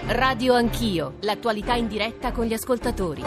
Radio Anch'io, l'attualità in diretta con gli ascoltatori.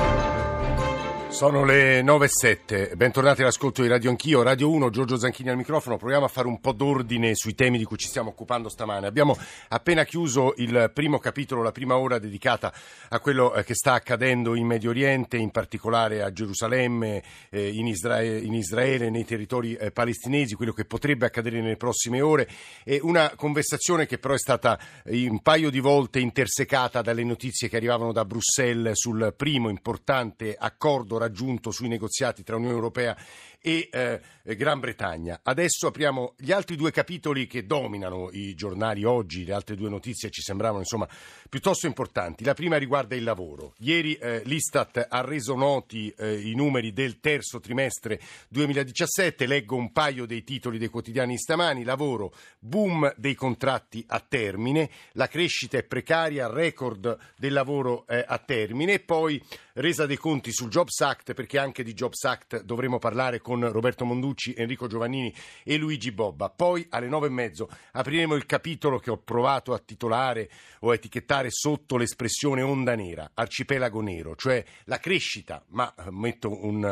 Sono le 9:07, bentornati all'ascolto di Radio Anch'io, Radio 1, Giorgio Zanchini al microfono. Proviamo a fare un po' d'ordine sui temi di cui ci stiamo occupando stamane. Abbiamo appena chiuso il primo capitolo, la prima ora dedicata a quello che sta accadendo in Medio Oriente, in particolare a Gerusalemme, in Israele, nei territori palestinesi, quello che potrebbe accadere nelle prossime ore. E una conversazione che però è stata un paio di volte intersecata dalle notizie che arrivavano da Bruxelles sul primo importante accordo raggiunto sui negoziati tra Unione Europea e Gran Bretagna. Adesso apriamo gli altri due capitoli che dominano i giornali oggi. Le altre due notizie ci sembravano insomma piuttosto importanti. La prima riguarda il lavoro. Ieri l'Istat ha reso noti i numeri del terzo trimestre 2017. Leggo un paio dei titoli dei quotidiani stamani. Lavoro, boom dei contratti a termine, la crescita è precaria, record del lavoro a termine. Poi resa dei conti sul Jobs Act, perché anche di Jobs Act dovremo parlare con Roberto Monducci, Enrico Giovannini e Luigi Bobba. Poi alle 9:30 apriremo il capitolo che ho provato a titolare o a etichettare sotto l'espressione onda nera, arcipelago nero, cioè la crescita, ma metto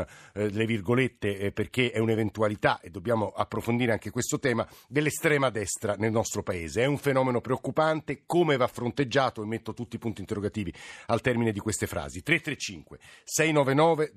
le virgolette perché è un'eventualità e dobbiamo approfondire anche questo tema, dell'estrema destra nel nostro paese. È un fenomeno preoccupante, come va fronteggiato, e metto tutti i punti interrogativi al termine di queste frasi. 335 699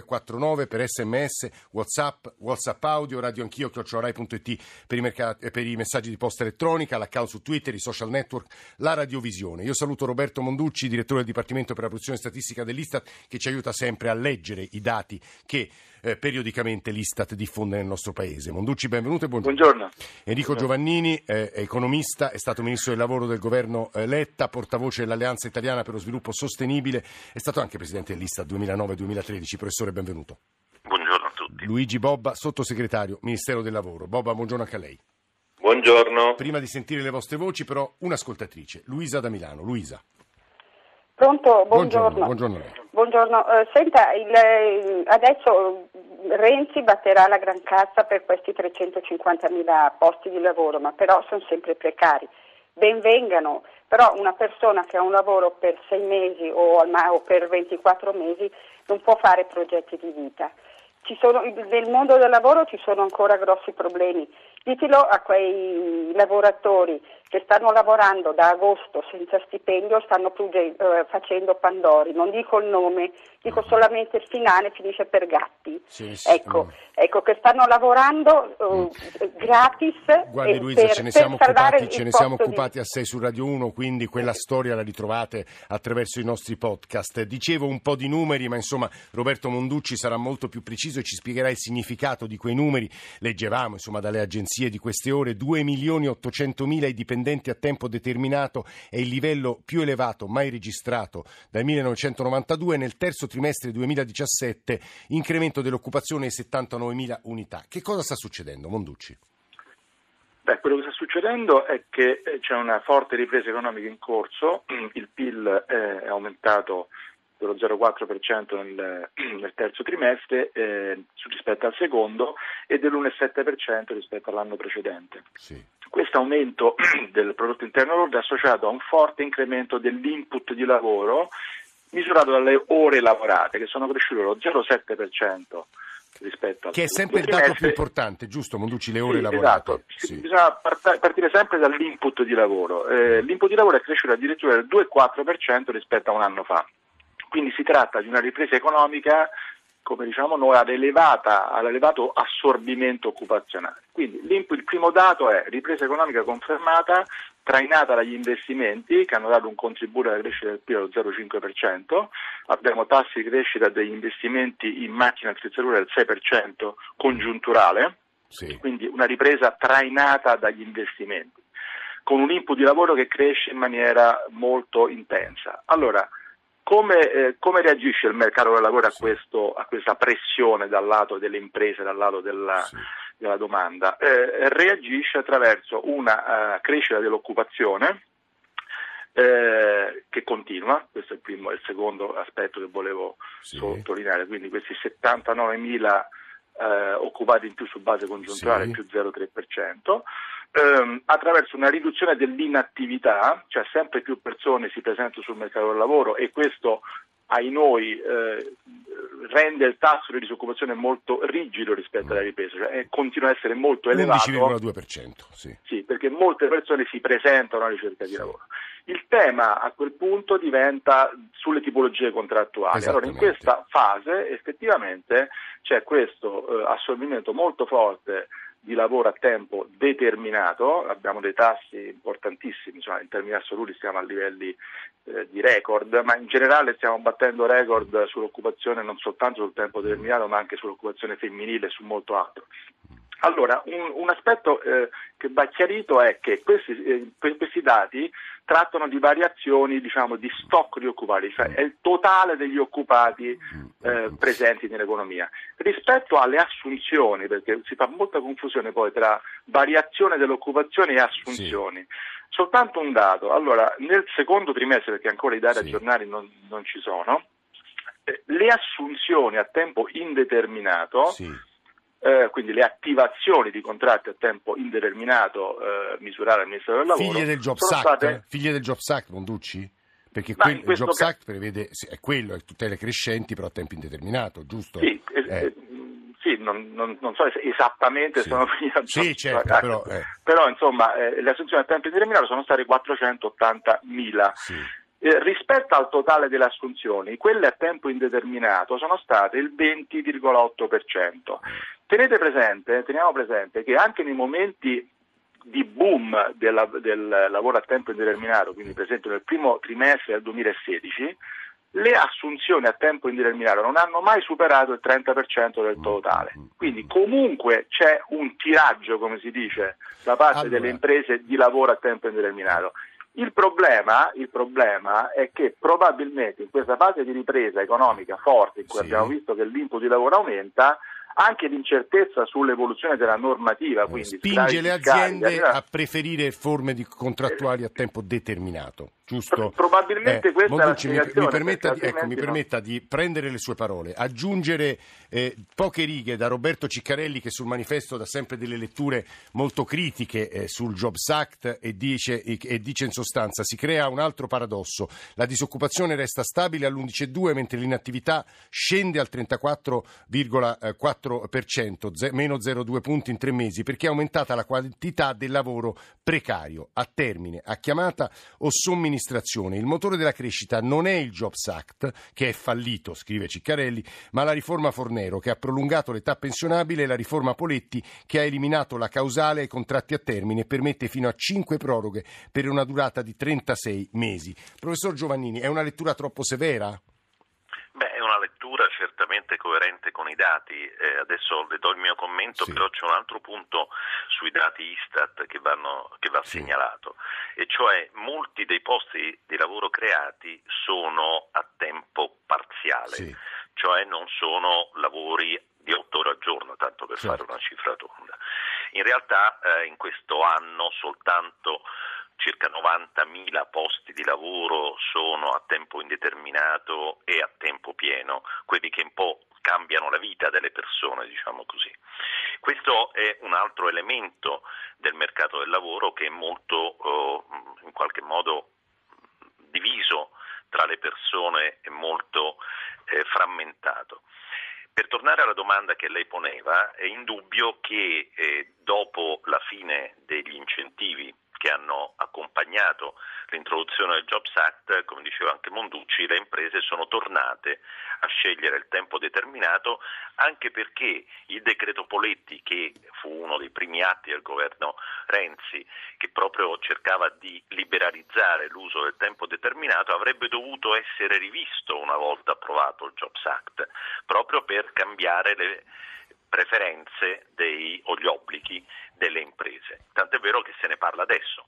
2949 per SMS, WhatsApp audio, Radio Anch'io @rai.it per i messaggi di posta elettronica, l'account su Twitter, i social network, la radiovisione. Io saluto Roberto Monducci, direttore del Dipartimento per la produzione statistica dell'Istat, che ci aiuta sempre a leggere i dati che periodicamente l'Istat diffonde nel nostro paese. Monducci, benvenuto e buongiorno. Buongiorno. Enrico Giovannini, economista, è stato ministro del lavoro del governo Letta, portavoce dell'Alleanza Italiana per lo Sviluppo Sostenibile, è stato anche presidente dell'Istat 2009-2013. Professore, benvenuto. Buongiorno a tutti. Luigi Bobba, sottosegretario, Ministero del Lavoro. Bobba, buongiorno anche a lei. Buongiorno. Prima di sentire le vostre voci, però, un'ascoltatrice, Luisa da Milano. Luisa. Pronto? Buongiorno. Buongiorno a lei. Buongiorno. Senta, adesso Renzi batterà la gran cassa per questi 350.000 posti di lavoro, ma però sono sempre precari. Ben vengano, però una persona che ha un lavoro per 6 mesi o per 24 mesi non può fare progetti di vita. Nel mondo del lavoro ci sono ancora grossi problemi. Ditelo a quei lavoratori che stanno lavorando da agosto senza stipendio, stanno facendo pandori. Non dico il nome, dico solamente il finale, finisce per Gatti. Sì. Ecco che stanno lavorando gratis. Guardi Luisa, ce ne siamo occupati a 6 su Radio 1, quindi quella storia la ritrovate attraverso i nostri podcast. Dicevo un po' di numeri, ma insomma Roberto Monducci sarà molto più preciso e ci spiegherà il significato di quei numeri. Leggevamo insomma dalle agenzie di queste ore, 2.800.000 i dipendenti a tempo determinato, è il livello più elevato mai registrato dal 1992. Nel terzo trimestre 2017 incremento dell'occupazione di 79.000 unità. Che cosa sta succedendo, Monducci? Quello che sta succedendo è che c'è una forte ripresa economica in corso, il PIL è aumentato dello 0,4% nel terzo trimestre rispetto al secondo e dell'1,7% rispetto all'anno precedente. Sì. Questo aumento del prodotto interno lordo è associato a un forte incremento dell'input di lavoro misurato dalle ore lavorate, che sono cresciute dello 0,7% rispetto al che è sempre il dato più importante, giusto Monducci, le ore lavorate? Esatto. Sì. Bisogna partire sempre dall'input di lavoro. L'input di lavoro è cresciuto addirittura del 2,4% rispetto a un anno fa. Quindi si tratta di una ripresa economica, come diciamo noi, all'elevato assorbimento occupazionale. Quindi il primo dato è ripresa economica confermata, trainata dagli investimenti che hanno dato un contributo alla crescita del PIL allo 0,5%, abbiamo tassi di crescita degli investimenti in macchine e attrezzature del 6% congiunturale, sì. Quindi una ripresa trainata dagli investimenti, con un input di lavoro che cresce in maniera molto intensa. Allora, come reagisce il mercato del lavoro a questa pressione dal lato delle imprese, dal lato della domanda? Reagisce attraverso una crescita dell'occupazione che continua, questo è il secondo aspetto che volevo sottolineare, quindi questi 79.000 occupati in più su base congiunturale, sì, più 0,3%. Attraverso una riduzione dell'inattività, cioè sempre più persone si presentano sul mercato del lavoro e questo ai noi rende il tasso di disoccupazione molto rigido rispetto alla ripresa, cioè continua a essere molto elevato. 11,2%, sì. Sì, perché molte persone si presentano alla ricerca di lavoro. Il tema a quel punto diventa sulle tipologie contrattuali. Allora in questa fase effettivamente c'è questo assorbimento molto forte di lavoro a tempo determinato, abbiamo dei tassi importantissimi, insomma, in termini assoluti stiamo a livelli di record, ma in generale stiamo battendo record sull'occupazione non soltanto sul tempo determinato ma anche sull'occupazione femminile e su molto altro. Allora, un aspetto che va chiarito è che questi dati trattano di variazioni, diciamo, di stock di occupati, cioè è il totale degli occupati presenti nell'economia. Rispetto alle assunzioni, perché si fa molta confusione poi tra variazione dell'occupazione e assunzioni. Sì. Soltanto un dato, allora nel secondo trimestre, perché ancora i dati aggiornati non ci sono, le assunzioni a tempo indeterminato, quindi le attivazioni di contratti a tempo indeterminato misurate al Ministero del Lavoro, figlie del Jobs Act, Monducci? Perché il Jobs Act prevede, è quello, è tutele crescenti però a tempo indeterminato, giusto? Sì, sì, non so esattamente se sono finite. Sì, certo, però insomma le assunzioni a tempo indeterminato sono state 480.000. Sì. Rispetto al totale delle assunzioni, quelle a tempo indeterminato sono state il 20,8%. Teniamo presente che anche nei momenti di boom del lavoro a tempo indeterminato, quindi per esempio nel primo trimestre del 2016, le assunzioni a tempo indeterminato non hanno mai superato il 30% del totale. Quindi comunque c'è un tiraggio, come si dice, da parte delle imprese di lavoro a tempo indeterminato. Il problema è che probabilmente in questa fase di ripresa economica forte, in cui abbiamo visto che l'input di lavoro aumenta, anche l'incertezza sull'evoluzione della normativa, quindi spinge le aziende a preferire forme contrattuali a tempo determinato, giusto? Probabilmente questa Monducci, è la spiegazione. Mi permetta di prendere le sue parole, aggiungere poche righe da Roberto Ciccarelli, che sul Manifesto dà sempre delle letture molto critiche sul Jobs Act e dice in sostanza: si crea un altro paradosso, la disoccupazione resta stabile all'11,2 mentre l'inattività scende al 34,4%, meno 0,2 punti in 3 mesi, perché è aumentata la quantità del lavoro precario, a termine, a chiamata o somministrazione. Il motore della crescita non è il Jobs Act, che è fallito, scrive Ciccarelli, ma la riforma Fornero, che ha prolungato l'età pensionabile, e la riforma Poletti, che ha eliminato la causale ai contratti a termine e permette fino a 5 proroghe per una durata di 36 mesi. Professor Giovannini, è una lettura troppo severa? È una lettura certamente coerente con i dati, adesso le do il mio commento, però c'è un altro punto sui dati Istat che va segnalato, e cioè molti dei posti di lavoro creati sono a tempo parziale, cioè non sono lavori di 8 ore al giorno, tanto per fare una cifra tonda. In realtà in questo anno soltanto circa 90.000 posti di lavoro sono a tempo indeterminato e a tempo pieno, quelli che un po' cambiano la vita delle persone, diciamo così. Questo è un altro elemento del mercato del lavoro che è molto, in qualche modo, diviso tra le persone e molto frammentato. Per tornare alla domanda che lei poneva, è indubbio che dopo la fine degli incentivi che hanno accompagnato l'introduzione del Jobs Act, come diceva anche Monducci, le imprese sono tornate a scegliere il tempo determinato, anche perché il decreto Poletti, che fu uno dei primi atti del governo Renzi, che proprio cercava di liberalizzare l'uso del tempo determinato, avrebbe dovuto essere rivisto una volta approvato il Jobs Act, proprio per cambiare le preferenze o gli obblighi delle imprese. Tant'è vero che se ne parla adesso.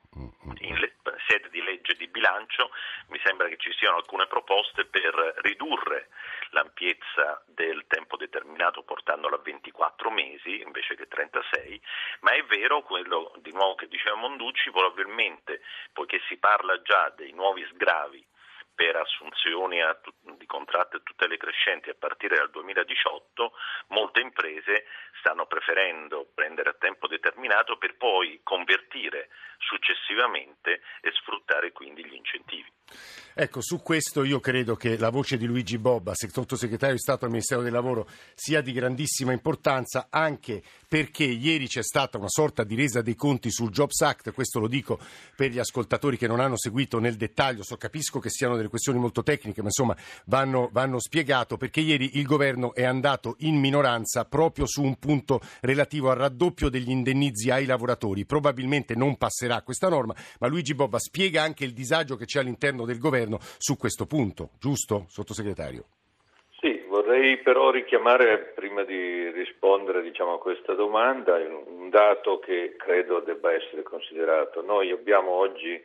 In sede di legge di bilancio mi sembra che ci siano alcune proposte per ridurre l'ampiezza del tempo determinato portandolo a 24 mesi invece che 36, ma è vero quello di nuovo che diceva Monducci, probabilmente poiché si parla già dei nuovi sgravi per assunzioni di contratti a tutele crescenti a partire dal 2018, molte imprese stanno preferendo prendere a tempo determinato per poi convertire successivamente e sfruttare quindi gli incentivi. Ecco, su questo io credo che la voce di Luigi Bobba, sottosegretario di Stato al Ministero del Lavoro, sia di grandissima importanza, anche perché ieri c'è stata una sorta di resa dei conti sul Jobs Act. Questo lo dico per gli ascoltatori che non hanno seguito nel dettaglio. Capisco che siano delle questioni molto tecniche, ma insomma vanno spiegato, perché ieri il governo è andato in minoranza proprio su un punto relativo al raddoppio degli indennizi ai lavoratori. Probabilmente non passerà questa norma, ma Luigi Bobba spiega anche il disagio che c'è all'interno del governo su questo punto, giusto, sottosegretario? Sì, vorrei però richiamare, prima di rispondere a questa domanda, un dato che credo debba essere considerato. Noi abbiamo oggi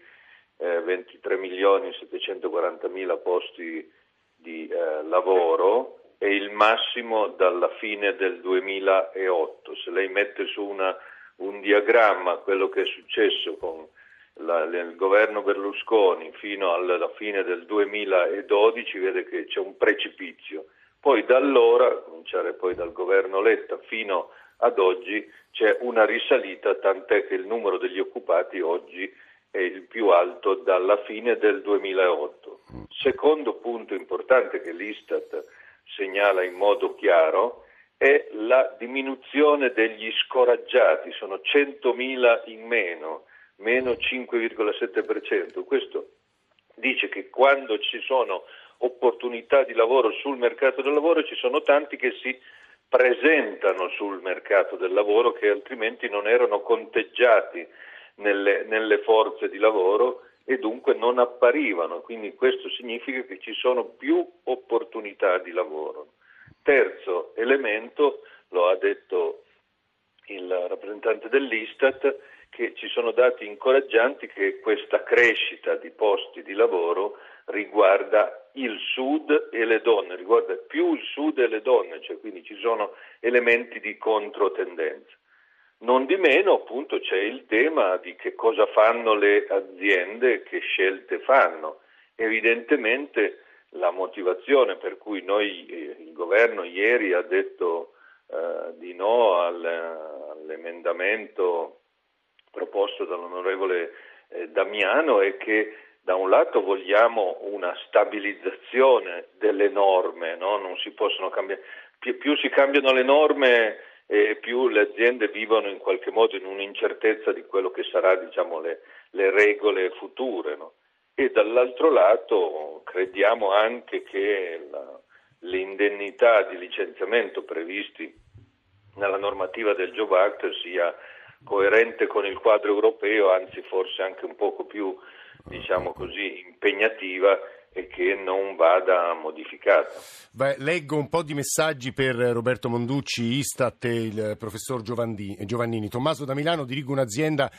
23.740.000 posti di lavoro, è il massimo dalla fine del 2008. Se lei mette su un diagramma quello che è successo con il governo Berlusconi fino alla fine del 2012, vede che c'è un precipizio. Poi da allora, a cominciare poi dal governo Letta fino ad oggi, c'è una risalita, tant'è che il numero degli occupati oggi è il più alto dalla fine del 2008. Secondo punto importante che l'Istat segnala in modo chiaro è la diminuzione degli scoraggiati, sono 100.000 in meno 5,7%. Questo dice che quando ci sono opportunità di lavoro sul mercato del lavoro ci sono tanti che si presentano sul mercato del lavoro che altrimenti non erano conteggiati nelle forze di lavoro e dunque non apparivano, quindi questo significa che ci sono più opportunità di lavoro. Terzo elemento, lo ha detto il rappresentante dell'Istat, che ci sono dati incoraggianti che questa crescita di posti di lavoro riguarda il Sud e le donne, riguarda più il Sud e le donne, cioè quindi ci sono elementi di controtendenza. Non di meno, appunto, c'è il tema di che cosa fanno le aziende, che scelte fanno. Evidentemente la motivazione per cui il governo ieri ha detto di no all'emendamento proposto dall'onorevole Damiano è che da un lato vogliamo una stabilizzazione delle norme, no? Non si possono cambiare, più si cambiano le norme più le aziende vivono in qualche modo in un'incertezza di quello che sarà le regole future, no? E dall'altro lato crediamo anche che le indennità di licenziamento previsti nella normativa del Job Act sia coerente con il quadro europeo, anzi forse anche un poco più, impegnativa e che non vada modificata. Leggo un po' di messaggi per Roberto Monducci, Istat e il professor Giovannini. Tommaso da Milano: dirigo un'azienda,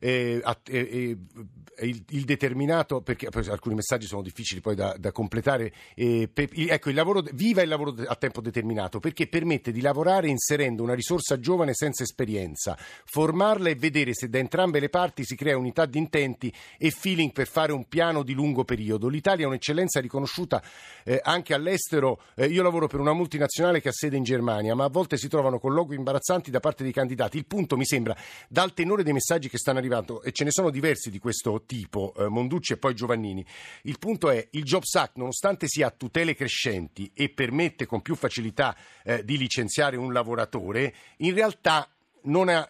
il determinato, perché alcuni messaggi sono difficili poi da completare. Ecco, viva il lavoro a tempo determinato, perché permette di lavorare inserendo una risorsa giovane senza esperienza, formarla e vedere se da entrambe le parti si crea unità di intenti e feeling per fare un piano di lungo periodo. L'Italia è un'eccellenza riconosciuta anche all'estero. Io lavoro per una multinazionale che ha sede in Germania, ma a volte si trovano colloqui imbarazzanti da parte dei candidati. Il punto, mi sembra, dal tenore dei messaggi che stanno arrivando, e ce ne sono diversi di questo tipo, Monducci e poi Giovannini, il punto è: il Jobs Act, nonostante sia a tutele crescenti e permette con più facilità di licenziare un lavoratore, in realtà non ha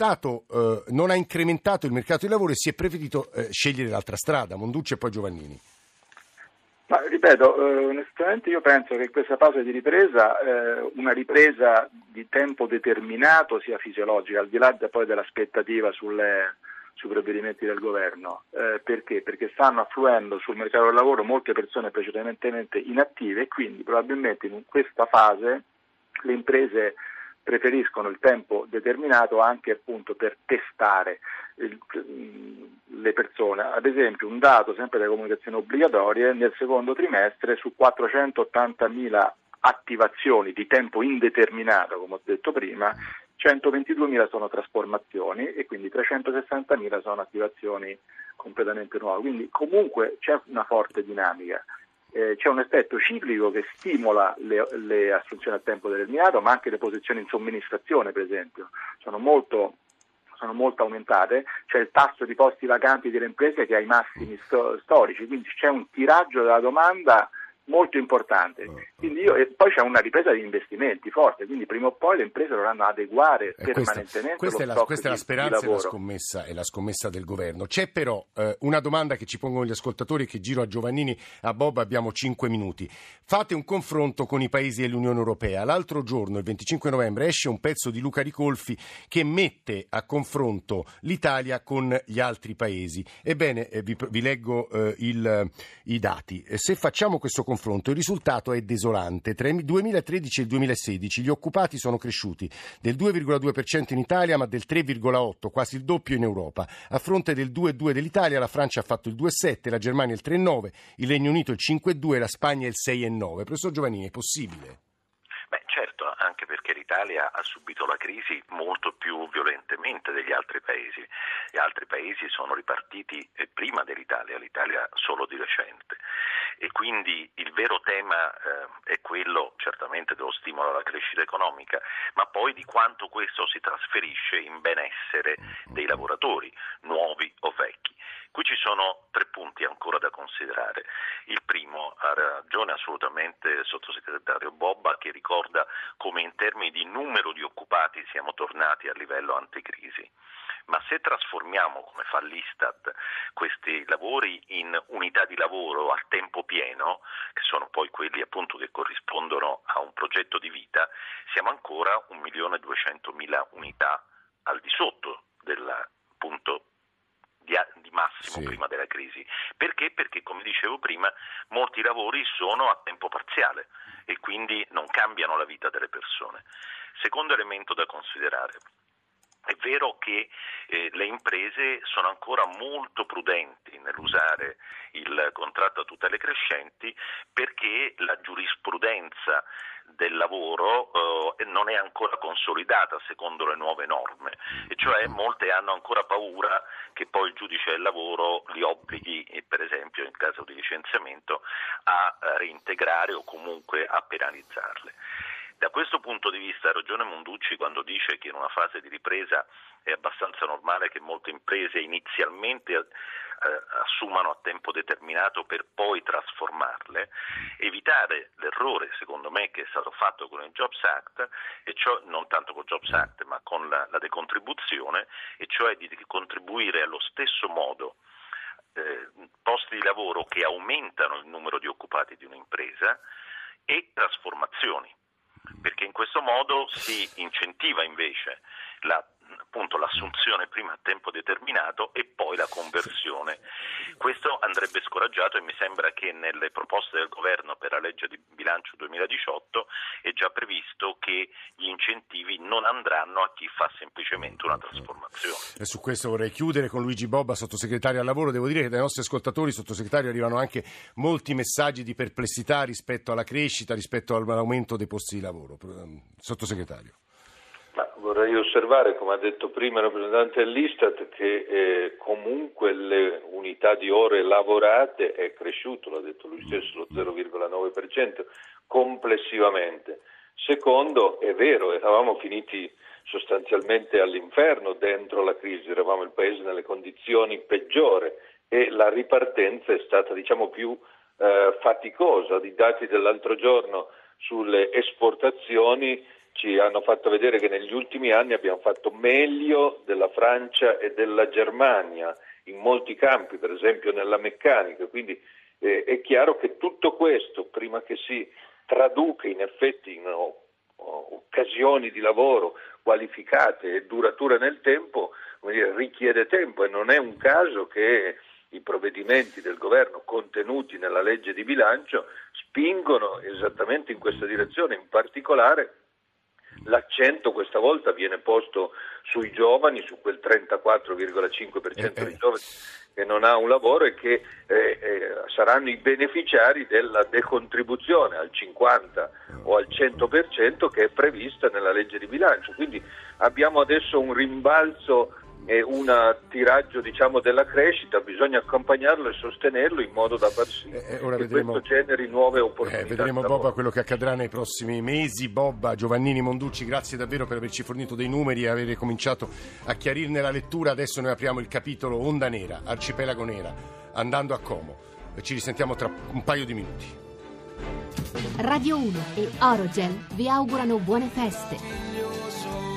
incrementato il mercato di lavoro e si è preferito scegliere l'altra strada. Monducci e poi Giovannini. Ma ripeto, onestamente io penso che in questa fase di ripresa una ripresa di tempo determinato sia fisiologica, al di là poi dell'aspettativa sui provvedimenti del governo. Perché? Perché stanno affluendo sul mercato del lavoro molte persone precedentemente inattive e quindi probabilmente in questa fase le imprese preferiscono il tempo determinato anche appunto per testare le persone. Ad esempio, un dato sempre delle comunicazioni obbligatorie: nel secondo trimestre su 480.000 attivazioni di tempo indeterminato, come ho detto prima, 122.000 sono trasformazioni e quindi 360.000 sono attivazioni completamente nuove, quindi comunque c'è una forte dinamica. C'è un effetto ciclico che stimola le assunzioni a tempo determinato, ma anche le posizioni in somministrazione, per esempio, sono molto aumentate. C'è il tasso di posti vacanti delle imprese che ha i massimi storici, quindi c'è un tiraggio della domanda molto importante, quindi e poi c'è una ripresa di investimenti forte, quindi prima o poi le imprese dovranno adeguare permanentemente questa è la speranza e la scommessa del governo. C'è però una domanda che ci pongono gli ascoltatori che giro a Giovannini, a Bob, abbiamo 5 minuti. Fate un confronto con i paesi dell'Unione Europea. L'altro giorno, il 25 novembre, esce un pezzo di Luca Ricolfi che mette a confronto l'Italia con gli altri paesi. Ebbene, vi leggo i dati. Se facciamo questo confronto, il risultato è desolante. Tra il 2013 e il 2016 gli occupati sono cresciuti del 2,2% in Italia, ma del 3,8%, quasi il doppio in Europa. A fronte del 2,2% dell'Italia, la Francia ha fatto il 2,7%, la Germania il 3,9%, il Regno Unito il 5,2% e la Spagna il 6,9%. Professor Giovannini, è possibile? Beh, certo, anche perché l'Italia ha subito la crisi molto più violentemente degli altri paesi. Gli altri paesi sono ripartiti prima dell'Italia, l'Italia solo di recente. E quindi il vero tema è quello certamente dello stimolo alla crescita economica, ma poi di quanto questo si trasferisce in benessere dei lavoratori, nuovi o vecchi. Qui ci sono 3 punti ancora da considerare. Il primo, ha ragione assolutamente il sottosegretario Bobba, che ricorda come in termini di numero di occupati siamo tornati a livello anticrisi. Ma se trasformiamo, come fa l'Istat, questi lavori in unità di lavoro a tempo pieno, che sono poi quelli appunto che corrispondono a un progetto di vita, siamo ancora 1.200.000 unità al di sotto del punto di massimo prima della crisi. Perché? Perché, come dicevo prima, molti lavori sono a tempo parziale e quindi non cambiano la vita delle persone. Secondo elemento da considerare. È vero che le imprese sono ancora molto prudenti nell'usare il contratto a tutele crescenti perché la giurisprudenza del lavoro non è ancora consolidata secondo le nuove norme, e cioè molte hanno ancora paura che poi il giudice del lavoro li obblighi, per esempio in caso di licenziamento, a reintegrare o comunque a penalizzarle. Da questo punto di vista ha ragione Monducci quando dice che in una fase di ripresa è abbastanza normale che molte imprese inizialmente assumano a tempo determinato per poi trasformarle. Evitare l'errore, secondo me, che è stato fatto con il Jobs Act, e cioè non tanto con il Jobs Act ma con la decontribuzione, e cioè di contribuire allo stesso modo posti di lavoro che aumentano il numero di occupati di un'impresa e trasformazioni. Perché in questo modo si incentiva invece l'assunzione prima a tempo determinato e poi la conversione. Questo andrebbe scoraggiato e mi sembra che nelle proposte del governo per la legge di bilancio 2018 è già previsto che gli incentivi non andranno a chi fa semplicemente una trasformazione. E su questo vorrei chiudere con Luigi Bobba, sottosegretario al lavoro. Devo dire che dai nostri ascoltatori, sottosegretario, arrivano anche molti messaggi di perplessità rispetto alla crescita, rispetto all'aumento dei posti di lavoro. Sottosegretario. Ma vorrei osservare, come ha detto prima il rappresentante dell'Istat, che comunque le unità di ore lavorate è cresciuto, l'ha detto lui stesso, lo 0,9% complessivamente. Secondo, è vero, eravamo finiti sostanzialmente all'inferno dentro la crisi, eravamo il paese nelle condizioni peggiori e la ripartenza è stata più faticosa. I dati dell'altro giorno sulle esportazioni ci hanno fatto vedere che negli ultimi anni abbiamo fatto meglio della Francia e della Germania in molti campi, per esempio nella meccanica, quindi è chiaro che tutto questo, prima che si traduca in effetti in occasioni di lavoro qualificate e durature nel tempo, richiede tempo, e non è un caso che i provvedimenti del governo contenuti nella legge di bilancio spingono esattamente in questa direzione. In particolare l'accento questa volta viene posto sui giovani, su quel 34,5% di giovani che non ha un lavoro e che saranno i beneficiari della decontribuzione al 50 o al 100% che è prevista nella legge di bilancio. Quindi abbiamo adesso un rimbalzo e un tiraggio della crescita, bisogna accompagnarlo e sostenerlo in modo da far sì che questo generi nuove opportunità. Vedremo Bob quello che accadrà nei prossimi mesi. Bob, Giovannini, Monducci, grazie davvero per averci fornito dei numeri e aver cominciato a chiarirne la lettura. Adesso noi apriamo il capitolo Onda Nera, Arcipelago Nera, andando a Como. Ci risentiamo tra un paio di minuti. Radio 1 e Orogel vi augurano buone feste.